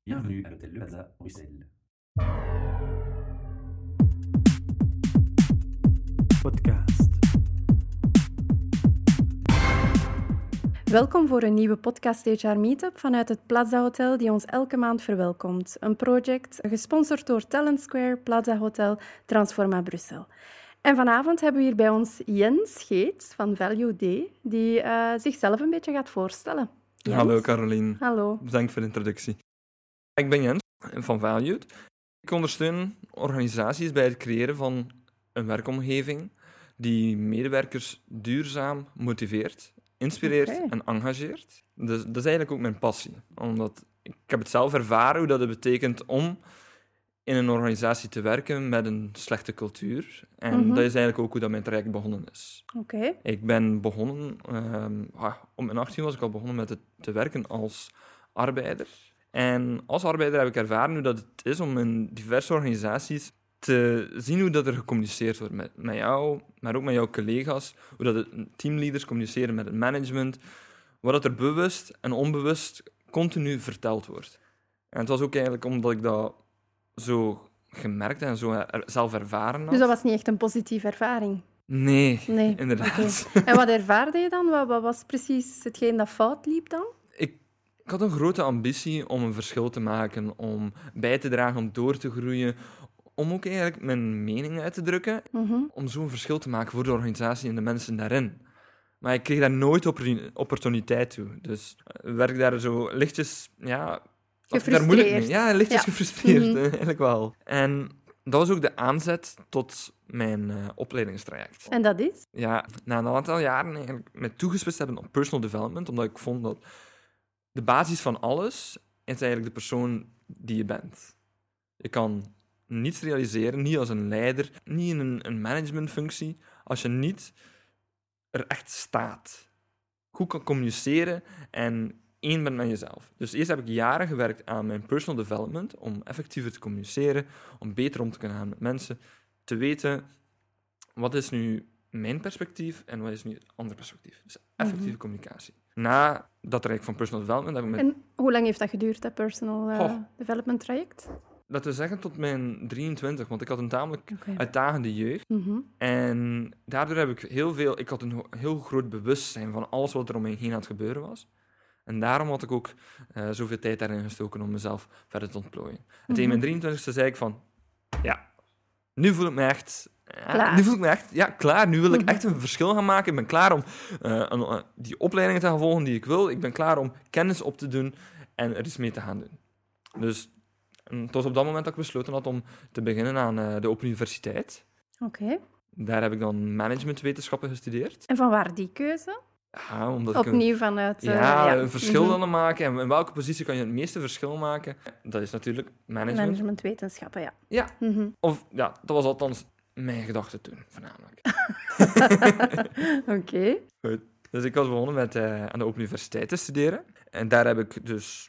Bienvenue à l'hôtel Le Plaza, Bruxelles. Podcast. Welkom voor een nieuwe podcast HR Meetup vanuit het Plaza Hotel die ons elke maand verwelkomt. Een project gesponsord door Talent Square, Plaza Hotel, Transforma Brussel. En vanavond hebben we hier bij ons Jens Geets van Value Day, die zichzelf een beetje gaat voorstellen. Jens? Hallo Caroline, Hallo. bedankt voor de introductie. Ik ben Jens van Valued. Ik ondersteun organisaties bij het creëren van een werkomgeving die medewerkers duurzaam motiveert, inspireert en engageert. Dus dat is eigenlijk ook mijn passie. Omdat ik heb het zelf ervaren hoe dat het betekent om in een organisatie te werken met een slechte cultuur. En dat is eigenlijk ook hoe dat mijn traject begonnen is. Oké. Ik ben begonnen, om mijn 18 was ik al begonnen met te werken als arbeider. En als arbeider heb ik ervaren hoe dat het is om in diverse organisaties te zien hoe dat er gecommuniceerd wordt met jou, maar ook met jouw collega's. Hoe dat teamleaders communiceren met het management. Wat dat er bewust en onbewust continu verteld wordt. En het was ook eigenlijk omdat ik dat zo gemerkt en zo zelf ervaren had. Dus dat was niet echt een positieve ervaring? Nee, Nee, inderdaad. Okay. En wat ervaarde je dan? Wat was precies hetgeen dat fout liep dan? Ik had een grote ambitie om een verschil te maken, om bij te dragen, om door te groeien, om ook eigenlijk mijn mening uit te drukken, om zo'n verschil te maken voor de organisatie en de mensen daarin. Maar ik kreeg daar nooit opportuniteit toe. Dus werd daar zo lichtjes, gefrustreerd. Lichtjes gefrustreerd, eigenlijk wel. En dat was ook de aanzet tot mijn opleidingstraject. En dat is? Ja, na een aantal jaren eigenlijk me toegespitst hebben op personal development, omdat ik vond dat de basis van alles is eigenlijk de persoon die je bent. Je kan niets realiseren, niet als een leider, niet in een managementfunctie, als je niet er echt staat. Goed kan communiceren en één bent met jezelf. Dus eerst heb ik jaren gewerkt aan mijn personal development, om effectiever te communiceren, om beter om te kunnen gaan met mensen, te weten wat is nu mijn perspectief en wat is nu het andere perspectief. Dus effectieve communicatie. Na dat traject van personal development heb ik En hoe lang heeft dat geduurd, dat personal development traject? Dat we zeggen tot mijn 23, want ik had een tamelijk uitdagende jeugd. En daardoor heb ik had een heel groot bewustzijn van alles wat er om me heen aan het gebeuren was. En daarom had ik ook zoveel tijd daarin gestoken om mezelf verder te ontplooien. En tegen mijn 23e zei ik van, ja, nu voel ik me echt... klaar. Nu wil ik echt een verschil gaan maken. Ik ben klaar om die opleidingen te gaan volgen die ik wil. Ik ben klaar om kennis op te doen en er iets mee te gaan doen. Dus het was op dat moment dat ik besloten had om te beginnen aan de Open Universiteit. Oké. Daar heb ik dan managementwetenschappen gestudeerd. En van waar die keuze? Ja, omdat opnieuw vanuit... een verschil willen maken. En in welke positie kan je het meeste verschil maken? Dat is natuurlijk management. Managementwetenschappen, ja. Ja. Dat was althans mijn gedachte toen, voornamelijk. Oké. Goed. Dus ik was begonnen met aan de Open Universiteit te studeren. En daar heb ik dus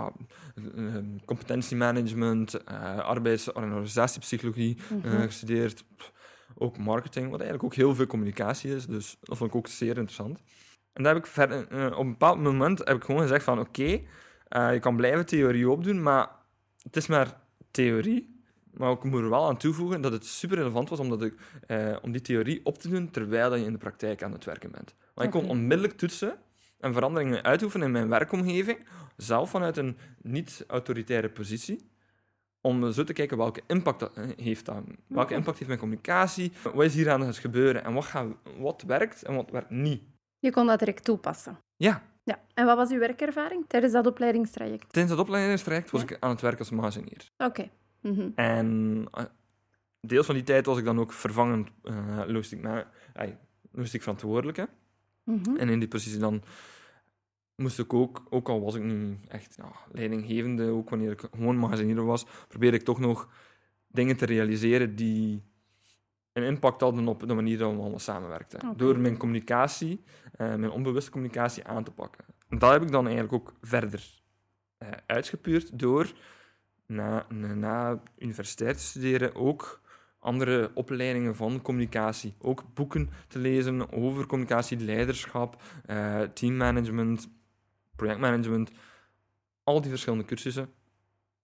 competentiemanagement, arbeids- en organisatiepsychologie gestudeerd. Ook marketing, wat eigenlijk ook heel veel communicatie is. Dus dat vond ik ook zeer interessant. En daar heb ik verder, op een bepaald moment heb ik gewoon gezegd van oké, je kan blijven theorie opdoen, maar het is maar theorie. Maar ik moet er wel aan toevoegen dat het super relevant was om die theorie op te doen terwijl je in de praktijk aan het werken bent. Want ik kon onmiddellijk toetsen en veranderingen uitoefenen in mijn werkomgeving, zelf vanuit een niet-autoritaire positie, om zo te kijken welke impact dat heeft. Welke impact heeft mijn communicatie? Wat is hier aan het gebeuren? En wat werkt en wat werkt niet? Je kon dat direct toepassen. Ja. En wat was uw werkervaring tijdens dat opleidingstraject? Tijdens dat opleidingstraject was ik aan het werk als magazinier. Oké. En deels van die tijd was ik dan ook vervangend logistiek verantwoordelijke. En in die positie dan moest ik ook al was ik nu echt leidinggevende, ook wanneer ik gewoon magazinier was, probeerde ik toch nog dingen te realiseren die een impact hadden op de manier dat we allemaal samenwerkten. Door mijn communicatie, mijn onbewuste communicatie aan te pakken. En dat heb ik dan eigenlijk ook verder uitgepuurd door na universiteit te studeren ook andere opleidingen van communicatie. Ook boeken te lezen over communicatie, leiderschap, teammanagement, projectmanagement. Al die verschillende cursussen.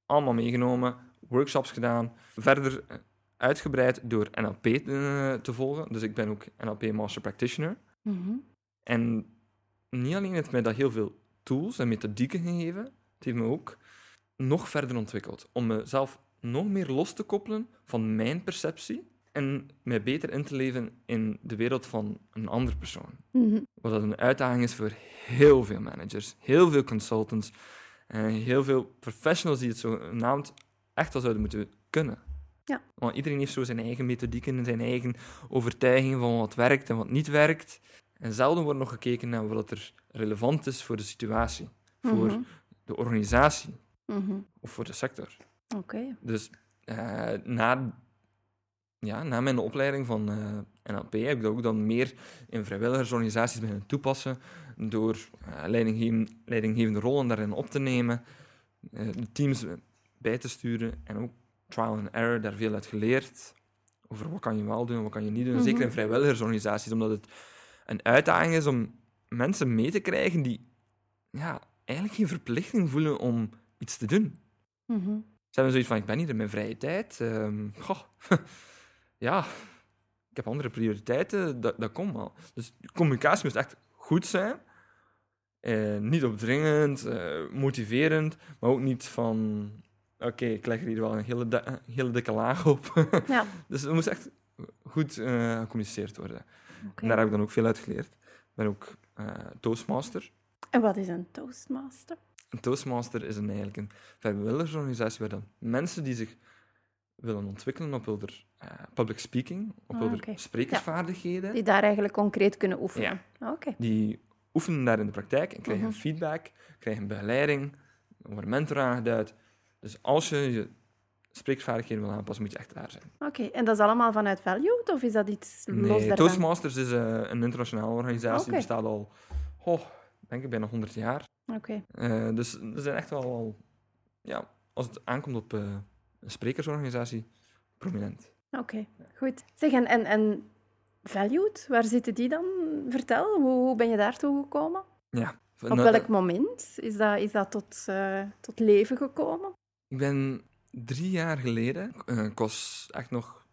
allemaal meegenomen, workshops gedaan, verder uitgebreid door NLP te volgen. Dus ik ben ook NLP Master Practitioner. En niet alleen heeft mij dat heel veel tools en methodieken gegeven, het heeft me ook nog verder ontwikkeld. Om mezelf nog meer los te koppelen van mijn perceptie en mij beter in te leven in de wereld van een andere persoon. Wat dat een uitdaging is voor heel veel managers, heel veel consultants en heel veel professionals die het zogenaamd echt wel zouden moeten kunnen. Ja. Want iedereen heeft zo zijn eigen methodieken en zijn eigen overtuigingen van wat werkt en wat niet werkt. En zelden wordt nog gekeken naar wat er relevant is voor de situatie, voor de organisatie of voor de sector. Oké. Dus na mijn opleiding van NLP heb ik dat ook dan meer in vrijwilligersorganisaties beginnen toepassen, door leidinggevende rollen daarin op te nemen, de teams bij te sturen en ook trial and error, daar veel uit geleerd over wat kan je wel doen en wat kan je niet doen. Zeker in vrijwilligersorganisaties, omdat het een uitdaging is om mensen mee te krijgen die eigenlijk geen verplichting voelen om iets te doen. Ze hebben zoiets van, ik ben hier in mijn vrije tijd. Ik heb andere prioriteiten, dat komt wel. Dus communicatie moet echt goed zijn. Niet opdringend, motiverend, maar ook niet van... Oké, ik leg er hier wel een hele dikke laag op. Ja. Dus het moest echt goed gecommuniceerd worden. Okay. En daar heb ik dan ook veel uit geleerd. Ik ben ook Toastmaster. En wat is een Toastmaster? Een Toastmaster is eigenlijk een vrijwilligersorganisatie waar dan mensen die zich willen ontwikkelen op hun public speaking, op hun sprekersvaardigheden. Die daar eigenlijk concreet kunnen oefenen. Ja. Okay. Die oefenen daar in de praktijk en krijgen feedback, krijgen begeleiding, worden mentor aangeduid. Dus als je je spreekvaardigheden wil aanpassen, moet je echt daar zijn. Oké, en dat is allemaal vanuit Valued, of is dat iets los daarvan? Toastmasters is een internationale organisatie. Die bestaat al, denk ik, bijna 100 jaar. Oké. Dus ze zijn echt wel, als het aankomt op een sprekersorganisatie, prominent. Oké, goed. Zeg, en Valued, waar zitten die dan? Vertel, hoe ben je daartoe gekomen? Ja. Op welk moment is dat tot leven gekomen? Ik ben 3 jaar geleden, ik was echt nog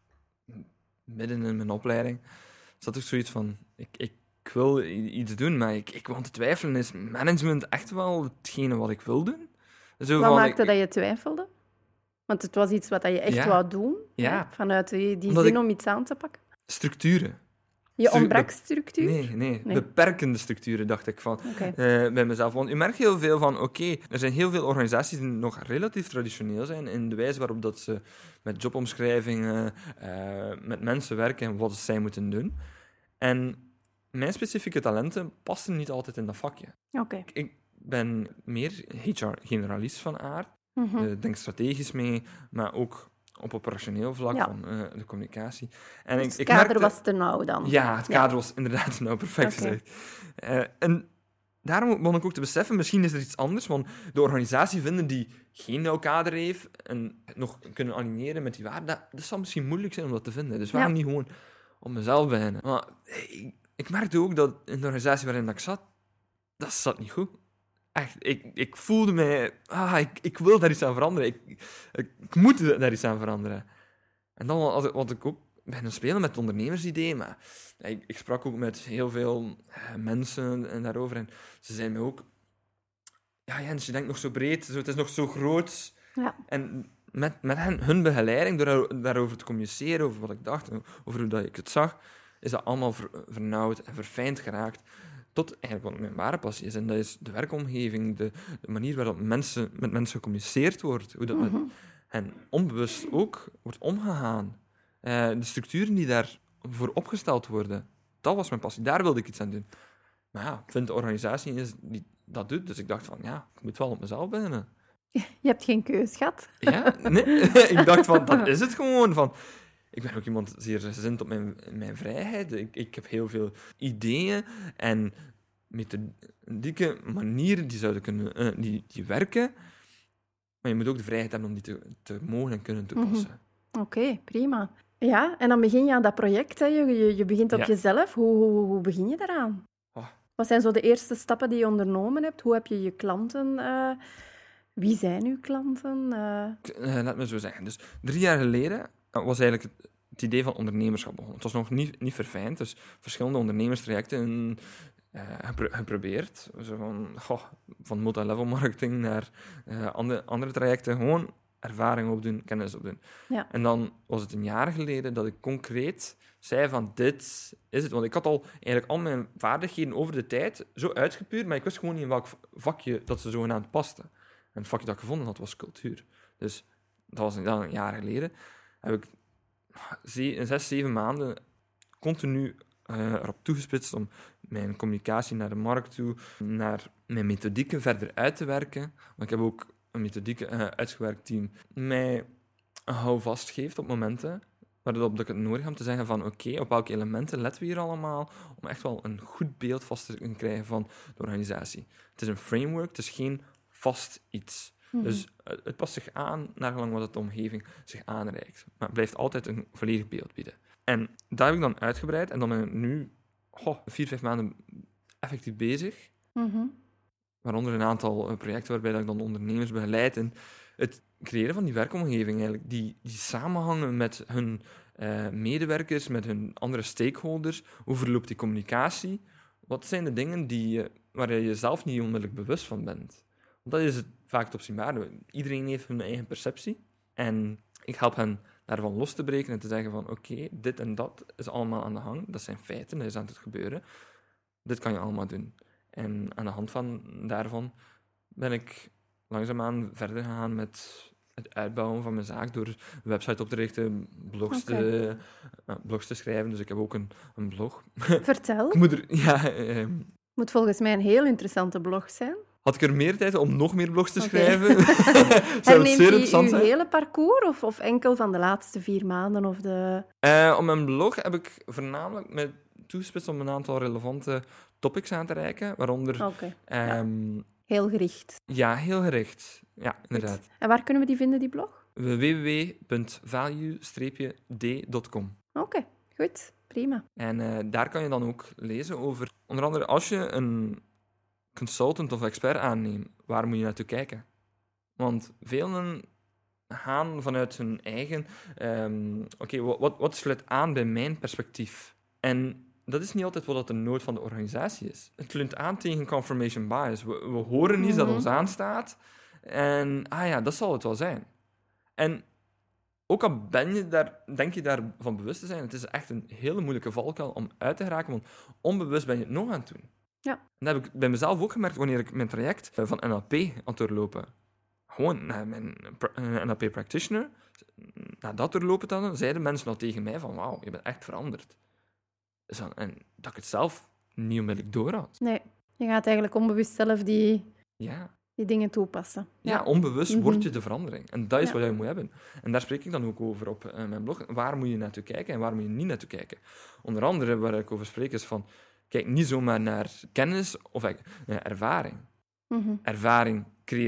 midden in mijn opleiding, zat ik zoiets van, ik wil iets doen, maar ik wil te twijfelen, is management echt wel hetgene wat ik wil doen? Zo wat maakte dat je twijfelde? Want het was iets wat je echt wou doen, vanuit die zin om iets aan te pakken. Structuren. Je ontbrak structuur? Nee. Beperkende structuren, dacht ik van bij mezelf. Want je merkt heel veel van, er zijn heel veel organisaties die nog relatief traditioneel zijn in de wijze waarop dat ze met jobomschrijvingen, met mensen werken en wat zij moeten doen. En mijn specifieke talenten passen niet altijd in dat vakje. Okay. Ik ben meer HR-generalist van aard. Denk strategisch mee, maar ook op operationeel vlak van de communicatie. En dus het kader was te nauw dan? Ja, het kader was inderdaad te nauw, perfect gezegd. En daarom begon ik ook te beseffen, misschien is er iets anders, want de organisatie vinden die geen nauw kader heeft en nog kunnen aligneren met die waarden, dat zal misschien moeilijk zijn om dat te vinden. Dus waarom niet gewoon op mezelf beginnen? Maar ik merkte ook dat in de organisatie waarin ik zat, dat zat niet goed. Echt, ik voelde mij... ik wil daar iets aan veranderen. Ik moet daar iets aan veranderen. En dan had ik ook beginnen spelen met het ondernemersidee. Maar ik sprak ook met heel veel mensen en daarover. En ze zeiden mij ook... Ja, Jens, je denkt nog zo breed. Het is nog zo groot. Ja. En met hun begeleiding, door daarover te communiceren, over wat ik dacht, over hoe dat ik het zag, is dat allemaal vernauwd en verfijnd geraakt. Tot eigenlijk wat mijn ware passie is. En dat is de werkomgeving, de manier waarop met mensen gecommuniceerd wordt. Hoe dat met hen onbewust ook wordt omgegaan. De structuren die daarvoor opgesteld worden. Dat was mijn passie. Daar wilde ik iets aan doen. Maar ik vind de organisatie is die dat doet. Dus ik dacht van, ik moet wel op mezelf beginnen. Je hebt geen keus gehad. Ja, nee. Ik dacht van, dat is het gewoon. Van, ik ben ook iemand zeer gezind op mijn vrijheid. Ik heb heel veel ideeën en methodieke manieren die zouden kunnen die werken. Maar je moet ook de vrijheid hebben om die te mogen en kunnen toepassen. Oké, prima. Ja, en dan begin je aan dat project. Hè. Je begint op jezelf. Hoe begin je daaraan? Wat zijn zo de eerste stappen die je ondernomen hebt? Hoe heb je je klanten Wie zijn uw klanten? Laat me zo zeggen. Dus 3 jaar geleden was eigenlijk het idee van ondernemerschap begonnen. Het was nog niet verfijnd, dus verschillende ondernemerstrajecten geprobeerd. Zo van multi-level marketing naar andere trajecten. Gewoon ervaring opdoen, kennis opdoen. Ja. En dan was het een jaar geleden dat ik concreet zei van dit is het. Want ik had eigenlijk al mijn vaardigheden over de tijd zo uitgepuurd, maar ik wist gewoon niet in welk vakje dat ze zogenaamd paste. En het vakje dat ik gevonden had, was cultuur. Dus dat was dan een jaar geleden. Heb ik in 6, 7 maanden continu erop toegespitst om mijn communicatie naar de markt toe, naar mijn methodieken verder uit te werken. Want ik heb ook een methodiek uitgewerkt die mij een houvast geeft op momenten waarop ik het nodig heb om te zeggen van oké, op welke elementen letten we hier allemaal, om echt wel een goed beeld vast te kunnen krijgen van de organisatie. Het is een framework, het is geen vast iets. Dus het past zich aan naar gelang wat de omgeving zich aanreikt. Maar het blijft altijd een volledig beeld bieden. En daar heb ik dan uitgebreid en dan ben ik nu 4, 5 maanden effectief bezig. Waaronder een aantal projecten waarbij dat ik dan ondernemers begeleid en het creëren van die werkomgeving eigenlijk, die samenhangen met hun medewerkers, met hun andere stakeholders. Hoe verloopt die communicatie? Wat zijn de dingen waar je zelf niet onmiddellijk bewust van bent? Want dat is het vaak het opzienbare. Iedereen heeft hun eigen perceptie. En ik help hen daarvan los te breken en te zeggen van oké, dit en dat is allemaal aan de gang. Dat zijn feiten, dat is aan het gebeuren. Dit kan je allemaal doen. En aan de hand van daarvan ben ik langzaamaan verder gegaan met het uitbouwen van mijn zaak door een website op te richten, blogs te schrijven. Dus ik heb ook een blog. Vertel. Moet volgens mij een heel interessante blog zijn. Had ik er meer tijd om nog meer blogs te schrijven? Herneemt je uw hele parcours of enkel van de laatste 4 maanden? Of Op mijn blog heb ik voornamelijk me toegespitst om een aantal relevante topics aan te reiken, waaronder... Heel gericht. Ja, heel gericht. Ja, inderdaad. Goed. En waar kunnen we die vinden, die blog? www.value-d.com. Oké, goed. Prima. En daar kan je dan ook lezen over... Onder andere, als je een consultant of expert aanneemt, waar moet je naartoe kijken? Want velen gaan vanuit hun eigen... wat sluit aan bij mijn perspectief? En dat is niet altijd wat de nood van de organisatie is. Het leunt aan tegen confirmation bias. We horen iets dat ons aanstaat en dat zal het wel zijn. En ook al denk je daarvan bewust te zijn, het is echt een hele moeilijke valkuil om uit te geraken, want onbewust ben je het nog aan het doen. Ja. En dat heb ik bij mezelf ook gemerkt wanneer ik mijn traject van NLP aan het doorlopen. Gewoon naar mijn NLP practitioner, na dat doorlopen dan, zeiden mensen al tegen mij van wauw, je bent echt veranderd. En dat ik het zelf niet onmiddellijk door had. Nee, je gaat eigenlijk onbewust zelf die dingen toepassen. Ja, onbewust word je de verandering. En dat is wat je moet hebben. En daar spreek ik dan ook over op mijn blog. Waar moet je naartoe kijken en waar moet je niet naartoe kijken? Onder andere waar ik over spreek is van... Kijk niet zomaar naar kennis of ervaring. Ervaring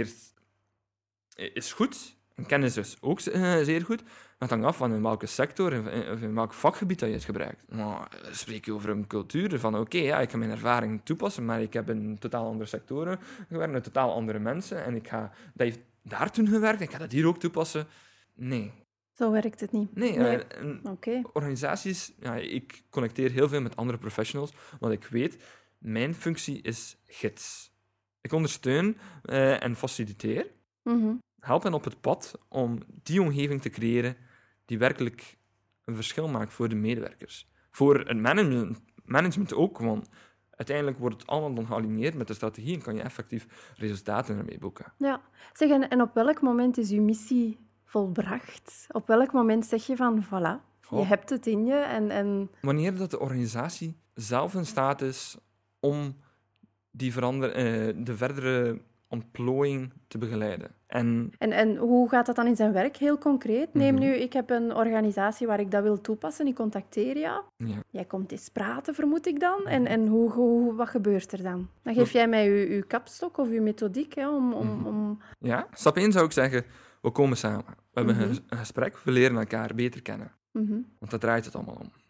is goed. En kennis is ook zeer goed. Maar het hangt af van in welke sector of in welk vakgebied dat je het gebruikt. Maar spreek je over een cultuur van ik ga mijn ervaring toepassen, maar ik heb in totaal andere sectoren gewerkt, met totaal andere mensen, en dat heeft daar toen gewerkt, en ik ga dat hier ook toepassen. Nee. Zo werkt het niet. Nee. Organisaties... Ja, ik connecteer heel veel met andere professionals, want ik weet, mijn functie is gids. Ik ondersteun en faciliteer. Help hen op het pad om die omgeving te creëren die werkelijk een verschil maakt voor de medewerkers. Voor het management ook, want uiteindelijk wordt het allemaal dan gealigneerd met de strategie en kan je effectief resultaten ermee boeken. Ja. Zeg, en op welk moment is uw missie volbracht? Op welk moment zeg je van, voilà, je hebt het in je en... Wanneer dat de organisatie zelf in staat is om de verdere ontplooiing te begeleiden. En hoe gaat dat dan in zijn werk, heel concreet? Neem nu, ik heb een organisatie waar ik dat wil toepassen, ik contacteer jou. Ja. Jij komt eens praten, vermoed ik dan. En wat gebeurt er dan? Dan geef jij mij uw kapstok of uw methodiek om... Ja, stap 1 zou ik zeggen, we komen samen. We hebben een gesprek, we leren elkaar beter kennen. Want daar draait het allemaal om.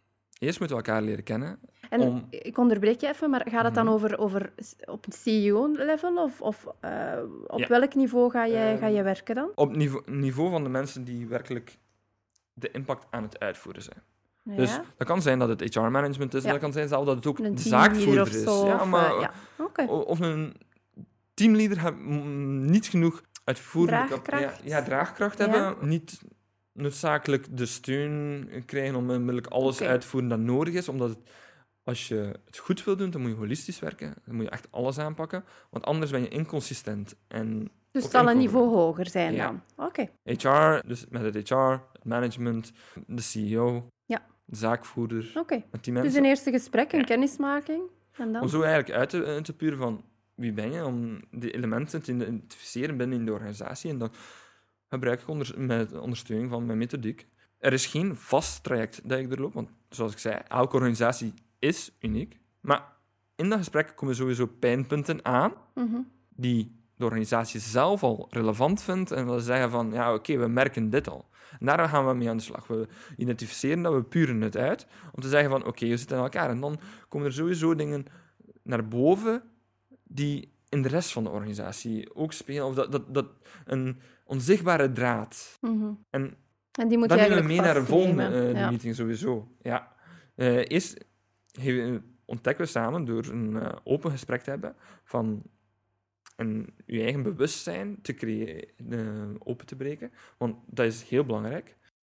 Eerst moeten we elkaar leren kennen. En ik onderbreek je even, maar gaat het dan over op het CEO-level of op welk niveau ga je werken dan? Op niveau van de mensen die werkelijk de impact aan het uitvoeren zijn. Ja. Dus dat kan zijn dat het HR-management is, en dat kan zijn zelfs dat het ook een de zaakvoerder of is. zo, Ja, maar, Oké. Of een teamleader niet genoeg uitvoerlijke draagkracht hebben, niet noodzakelijk de steun krijgen om onmiddellijk alles uit te voeren dat nodig is, omdat als je het goed wil doen, dan moet je holistisch werken, dan moet je echt alles aanpakken, want anders ben je inconsistent. Dus het zal een niveau hoger zijn dan? Oké. HR, dus met het HR, het management, de CEO, de zaakvoerder, met die mensen. Dus een eerste gesprek, een kennismaking. En dan? Om zo eigenlijk uit te puren van wie ben je, om die elementen te identificeren binnen de organisatie. En dan gebruik ik met ondersteuning van mijn methodiek. Er is geen vast traject dat ik doorloop, want zoals ik zei, elke organisatie is uniek. Maar in dat gesprek komen sowieso pijnpunten aan die de organisatie zelf al relevant vindt en we zeggen van, we merken dit al. En daar gaan we mee aan de slag. We identificeren dat, we puren het uit, om te zeggen van, we zitten in elkaar. En dan komen er sowieso dingen naar boven die in de rest van de organisatie ook spelen, of dat een onzichtbare draad. En die moet je eigenlijk mee naar de volgende meeting sowieso. Ja. Eerst ontdekken we samen door een open gesprek te hebben van je eigen bewustzijn te creëren, open te breken. Want dat is heel belangrijk.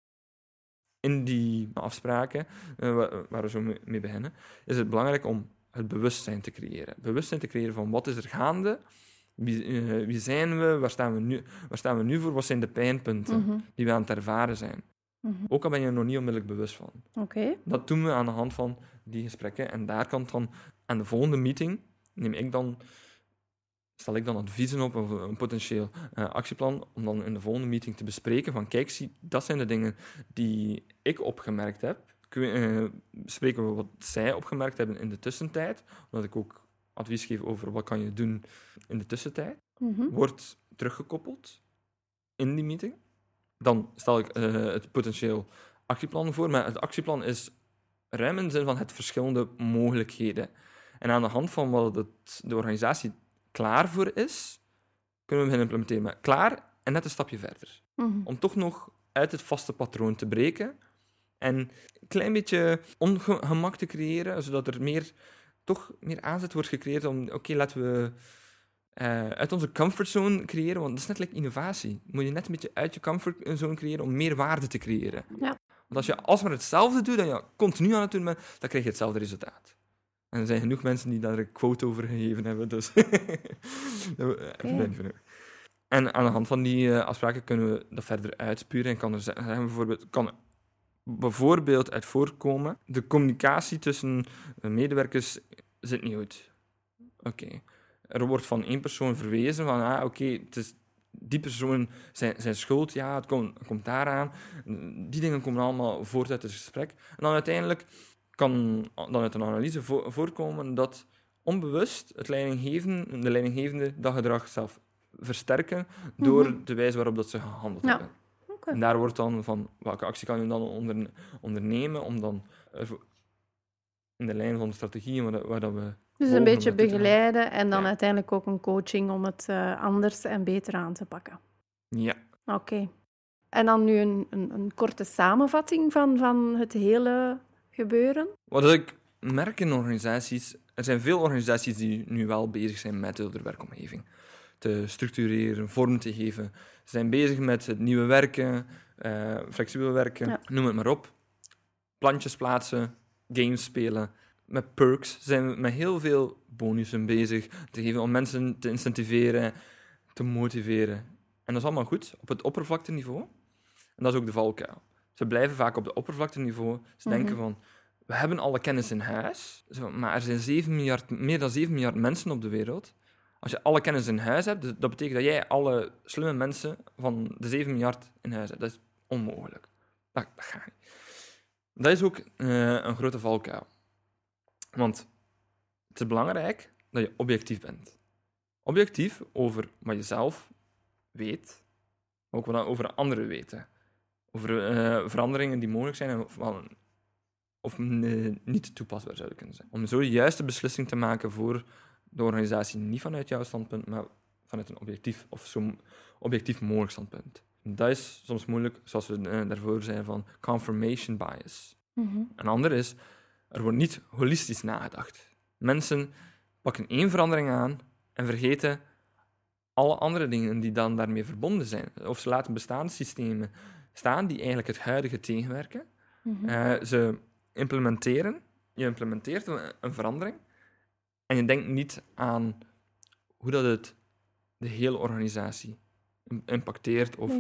In die afspraken, waar we zo mee beginnen, is het belangrijk om het bewustzijn te creëren. Bewustzijn te creëren van wat is er gaande, wie zijn we, waar staan we nu voor, wat zijn de pijnpunten die we aan het ervaren zijn. Ook al ben je er nog niet onmiddellijk bewust van. Dat doen we aan de hand van die gesprekken. En daar kan het dan aan de volgende meeting, stel ik dan adviezen op of een potentieel actieplan, om dan in de volgende meeting te bespreken van kijk, zie, dat zijn de dingen die ik opgemerkt heb. Bespreken we wat zij opgemerkt hebben in de tussentijd, omdat ik ook advies geef over wat kan je doen in de tussentijd. Wordt teruggekoppeld in die meeting. Dan stel ik het potentieel actieplan voor, maar het actieplan is ruim in de zin van het verschillende mogelijkheden. En aan de hand van wat de organisatie klaar voor is, kunnen we beginnen implementeren. Maar klaar en net een stapje verder. Om toch nog uit het vaste patroon te breken en een klein beetje ongemak te creëren, zodat er toch meer aanzet wordt gecreëerd om, laten we uit onze comfortzone creëren, want dat is net like innovatie. Moet je net een beetje uit je comfortzone creëren om meer waarde te creëren. Ja. Want als je alsmaar hetzelfde doet en je continu aan het doen bent, dan krijg je hetzelfde resultaat. En er zijn genoeg mensen die daar een quote over gegeven hebben, dus En aan de hand van die afspraken kunnen we dat verder uitspuren en kan bijvoorbeeld uit voorkomen, de communicatie tussen medewerkers zit niet goed. Er wordt van één persoon verwezen van, het is die persoon zijn schuld, het komt daaraan. Die dingen komen allemaal voort uit het gesprek. En dan uiteindelijk kan dan uit een analyse voorkomen dat onbewust de leidinggevende dat gedrag zelf versterken door de wijze waarop dat ze gehandeld hebben. En daar wordt dan van, welke actie kan je dan ondernemen om dan in de lijn van de strategieën waar dat we... Dus een beetje begeleiden en dan uiteindelijk ook een coaching om het anders en beter aan te pakken. Ja. Oké. En dan nu een korte samenvatting van het hele gebeuren? Wat ik merk in organisaties... Er zijn veel organisaties die nu wel bezig zijn met de werkomgeving. Te structureren, vorm te geven. Ze zijn bezig met het nieuwe werken, flexibel werken, noem het maar op. Plantjes plaatsen, games spelen. Met perks zijn we met heel veel bonussen bezig te geven om mensen te incentiveren, te motiveren. En dat is allemaal goed op het oppervlakteniveau. En dat is ook de valkuil. Ze blijven vaak op het oppervlakteniveau. Ze denken van, we hebben alle kennis in huis, maar er zijn meer dan 7 miljard mensen op de wereld. Als je alle kennis in huis hebt, dat betekent dat jij alle slimme mensen van de 7 miljard in huis hebt. Dat is onmogelijk. Dat gaat niet. Dat is ook een grote valkuil. Want het is belangrijk dat je objectief bent. Objectief over wat je zelf weet, maar ook wat over anderen weten. Over veranderingen die mogelijk zijn en of niet toepasbaar zouden kunnen zijn. Om zo de juiste beslissing te maken voor de organisatie, niet vanuit jouw standpunt, maar vanuit een objectief of zo objectief mogelijk standpunt. Dat is soms moeilijk, zoals we daarvoor zeiden, van confirmation bias. Mhm. Een ander is, er wordt niet holistisch nagedacht. Mensen pakken één verandering aan en vergeten alle andere dingen die dan daarmee verbonden zijn. Of ze laten bestaande systemen staan die eigenlijk het huidige tegenwerken. Ze implementeren. Je implementeert een verandering en je denkt niet aan hoe dat het de hele organisatie impacteert. Of,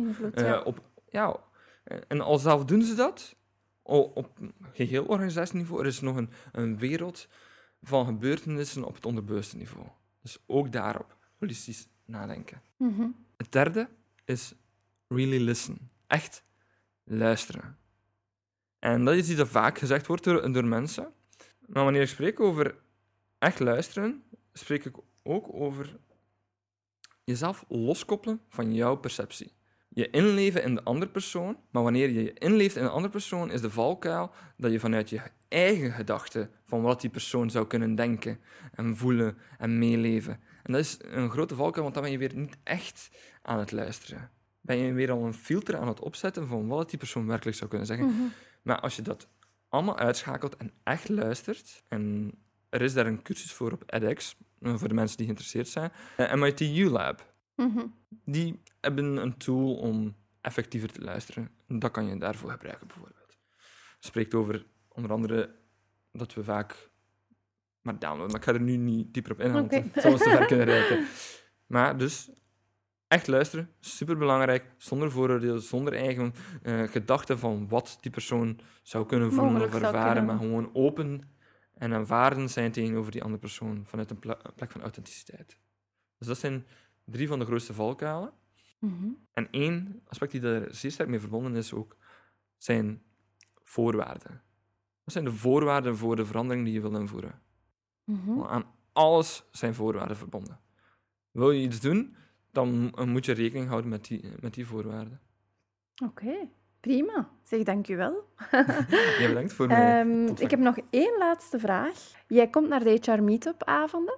en al zelf doen ze dat, op geheel organisatieniveau. Er is nog een wereld van gebeurtenissen op het onderbewuste niveau. Dus ook daarop holistisch nadenken. Het derde is really listen. Echt luisteren. En dat is iets dat vaak gezegd wordt door mensen. Maar wanneer ik spreek over echt luisteren, spreek ik ook over jezelf loskoppelen van jouw perceptie. Je inleven in de andere persoon, maar wanneer je je inleeft in een andere persoon, is de valkuil dat je vanuit je eigen gedachten van wat die persoon zou kunnen denken en voelen en meeleven. En dat is een grote valkuil, want dan ben je weer niet echt aan het luisteren. Ben je weer al een filter aan het opzetten van wat die persoon werkelijk zou kunnen zeggen. Maar als je dat allemaal uitschakelt en echt luistert, en er is daar een cursus voor op edX, voor de mensen die geïnteresseerd zijn, MIT U-Lab. Die hebben een tool om effectiever te luisteren. Dat kan je daarvoor gebruiken, bijvoorbeeld. Het spreekt over, onder andere, dat we vaak maar downloaden. Maar ik ga er nu niet dieper op in, want het zou ons te ver kunnen reiken. Maar dus, echt luisteren, superbelangrijk, zonder vooroordeel, zonder eigen gedachten van wat die persoon zou kunnen voelen of ervaren, maar gewoon open en aanvaardend zijn tegenover die andere persoon vanuit een plek van authenticiteit. Dus dat zijn 3 van de grootste valkuilen. En 1 aspect die daar zeer sterk mee verbonden is ook, zijn voorwaarden. Wat zijn de voorwaarden voor de verandering die je wil invoeren? Aan alles zijn voorwaarden verbonden. Wil je iets doen, dan moet je rekening houden met die voorwaarden. Oké, prima. Zeg, dank u wel. Jij bedankt voor mij. Ik heb nog 1 laatste vraag. Jij komt naar de HR Meetup-avonden.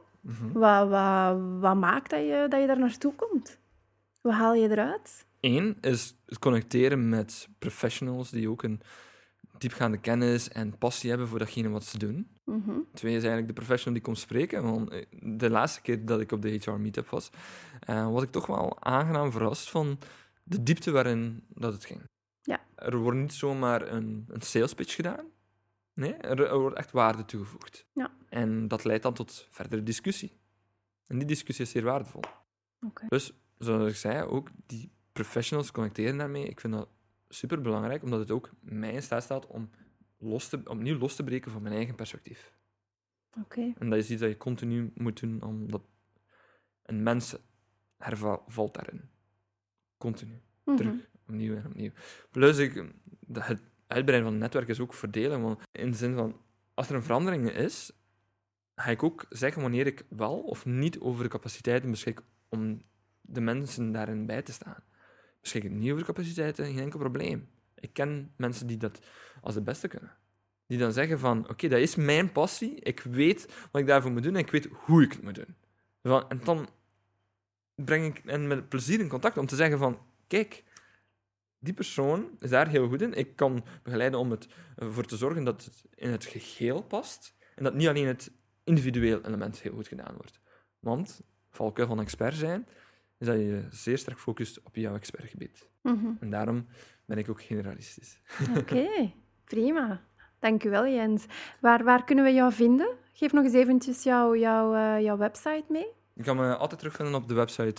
Wat maakt dat je daar naartoe komt? Hoe haal je eruit? 1 is het connecteren met professionals die ook een diepgaande kennis en passie hebben voor datgene wat ze doen. 2 is eigenlijk de professional die komt spreken. Want de laatste keer dat ik op de HR Meetup was ik toch wel aangenaam verrast van de diepte waarin dat het ging. Ja. Er wordt niet zomaar een sales pitch gedaan. Nee, er wordt echt waarde toegevoegd. Ja. En dat leidt dan tot verdere discussie. En die discussie is zeer waardevol. Dus, zoals ik zei, ook die professionals connecteren daarmee. Ik vind dat superbelangrijk, omdat het ook mij in staat stelt om opnieuw los te breken van mijn eigen perspectief. En dat is iets dat je continu moet doen, omdat een mens hervalt daarin. Continu. Terug, opnieuw en opnieuw. Plus, het uitbreiden van het netwerk is ook verdelen. Want in de zin van, als er een verandering is, ga ik ook zeggen wanneer ik wel of niet over de capaciteiten beschik om de mensen daarin bij te staan. Beschik ik niet over capaciteiten, geen enkel probleem. Ik ken mensen die dat als de beste kunnen. Die dan zeggen van, oké, dat is mijn passie, ik weet wat ik daarvoor moet doen en ik weet hoe ik het moet doen. En dan breng ik hen met plezier in contact om te zeggen van, kijk, die persoon is daar heel goed in. Ik kan begeleiden om ervoor te zorgen dat het in het geheel past en dat niet alleen het individueel element heel goed gedaan wordt. Want, valkuil van expert zijn, is dat je zeer sterk focust op jouw expertgebied. En daarom ben ik ook generalistisch. Oké, prima. Dank u wel, Jens. Waar kunnen we jou vinden? Geef nog eens eventjes jouw website mee. Je kan me altijd terugvinden op de website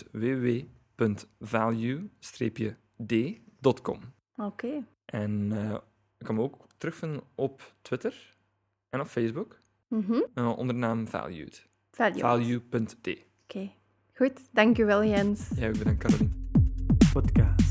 www.value-d.com. Oké. En je kan me ook terugvinden op Twitter en op Facebook onder de naam Valued. Value.d. Oké. Goed, dank u wel, Jens. Jij ook bedankt, Caroline. Podcast.